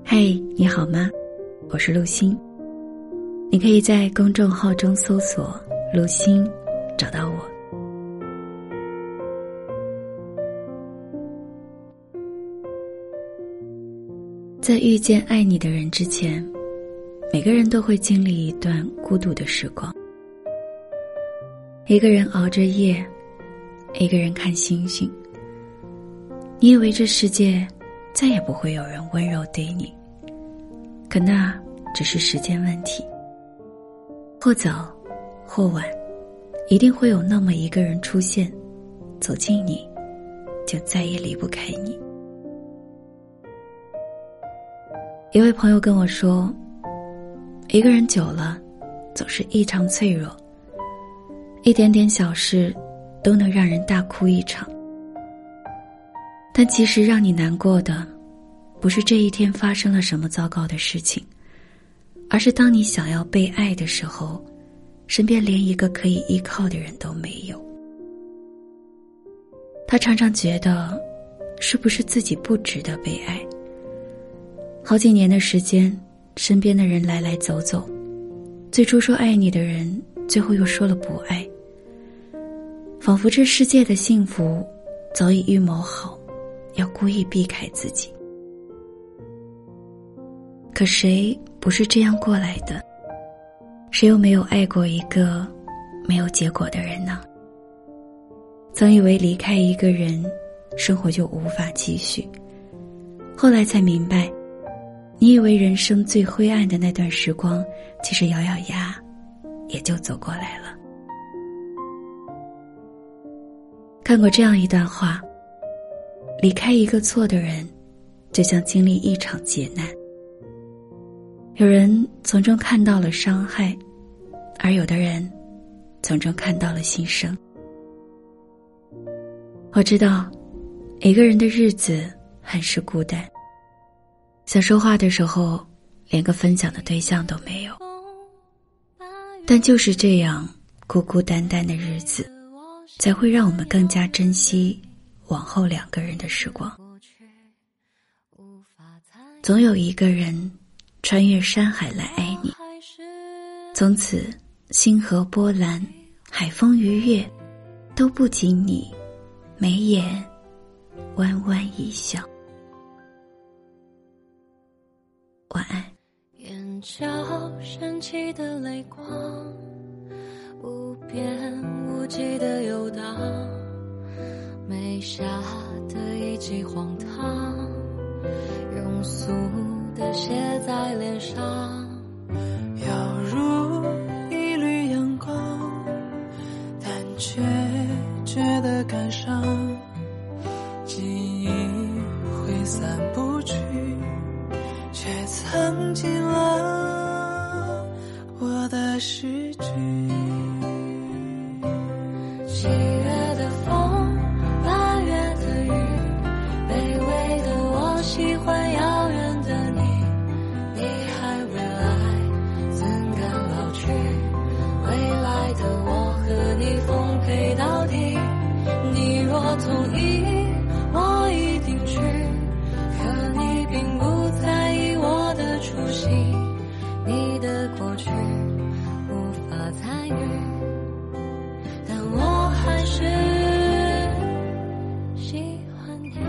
嗨，你好吗？我是陆欣，你可以在公众号中搜索陆欣找到我。在遇见爱你的人之前，每个人都会经历一段孤独的时光。一个人熬着夜，一个人看星星。你以为这世界再也不会有人温柔对你，可那只是时间问题。或早或晚，一定会有那么一个人出现，走近你，就再也离不开你。一位朋友跟我说，一个人久了总是异常脆弱，一点点小事都能让人大哭一场。但其实让你难过的不是这一天发生了什么糟糕的事情，而是当你想要被爱的时候，身边连一个可以依靠的人都没有。他常常觉得是不是自己不值得被爱。好几年的时间，身边的人来来走走，最初说爱你的人最后又说了不爱，仿佛这世界的幸福早已预谋好，要故意避开自己。可谁不是这样过来的？谁又没有爱过一个没有结果的人呢？曾以为离开一个人，生活就无法继续，后来才明白，你以为人生最灰暗的那段时光，其实咬咬牙也就走过来了。看过这样一段话，离开一个错的人，就像经历一场劫难。有人从中看到了伤害，而有的人从中看到了新生。我知道一个人的日子很是孤单，想说话的时候连个分享的对象都没有，但就是这样孤孤单单的日子，才会让我们更加珍惜往后两个人的时光。总有一个人穿越山海来爱你，从此星河波澜，海风鱼跃，都不及你眉眼弯弯一笑。晚安。 眼角升起的泪光，无边无际的游荡，眉下的一记荒唐，庸俗的写在脸上， 犹如一缕阳光，但却觉得感伤，记忆挥散不去，却藏进了我的诗句。 7月的风，8月的雨，卑微的我喜欢遥远的你，你还未来，怎敢老去？未来的我和你奉陪到底，你若同意，我一定去，可你并不在意我的初心，你的过去无法参与，但我还是喜欢你。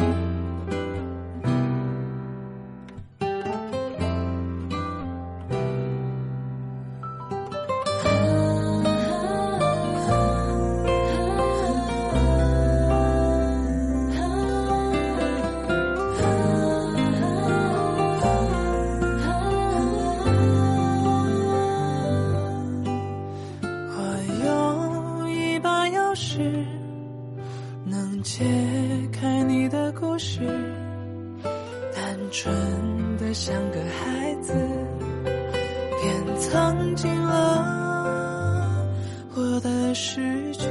能解开你的故事，单纯的像个孩子，便藏进了我的诗句。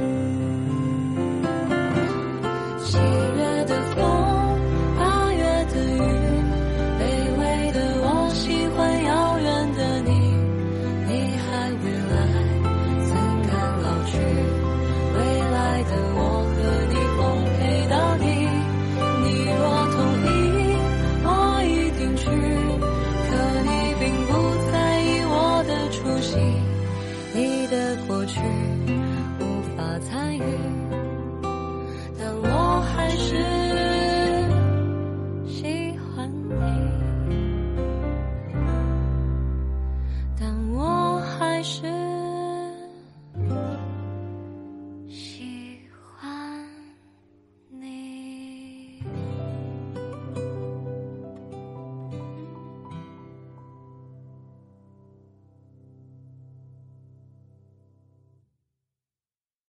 7月的风，8月的雨，卑微的我喜欢遥远的你，你还未来，怎敢老去？未来的我和你奉陪到底，你若同意，我一定去， 悉你的过去，无法参与。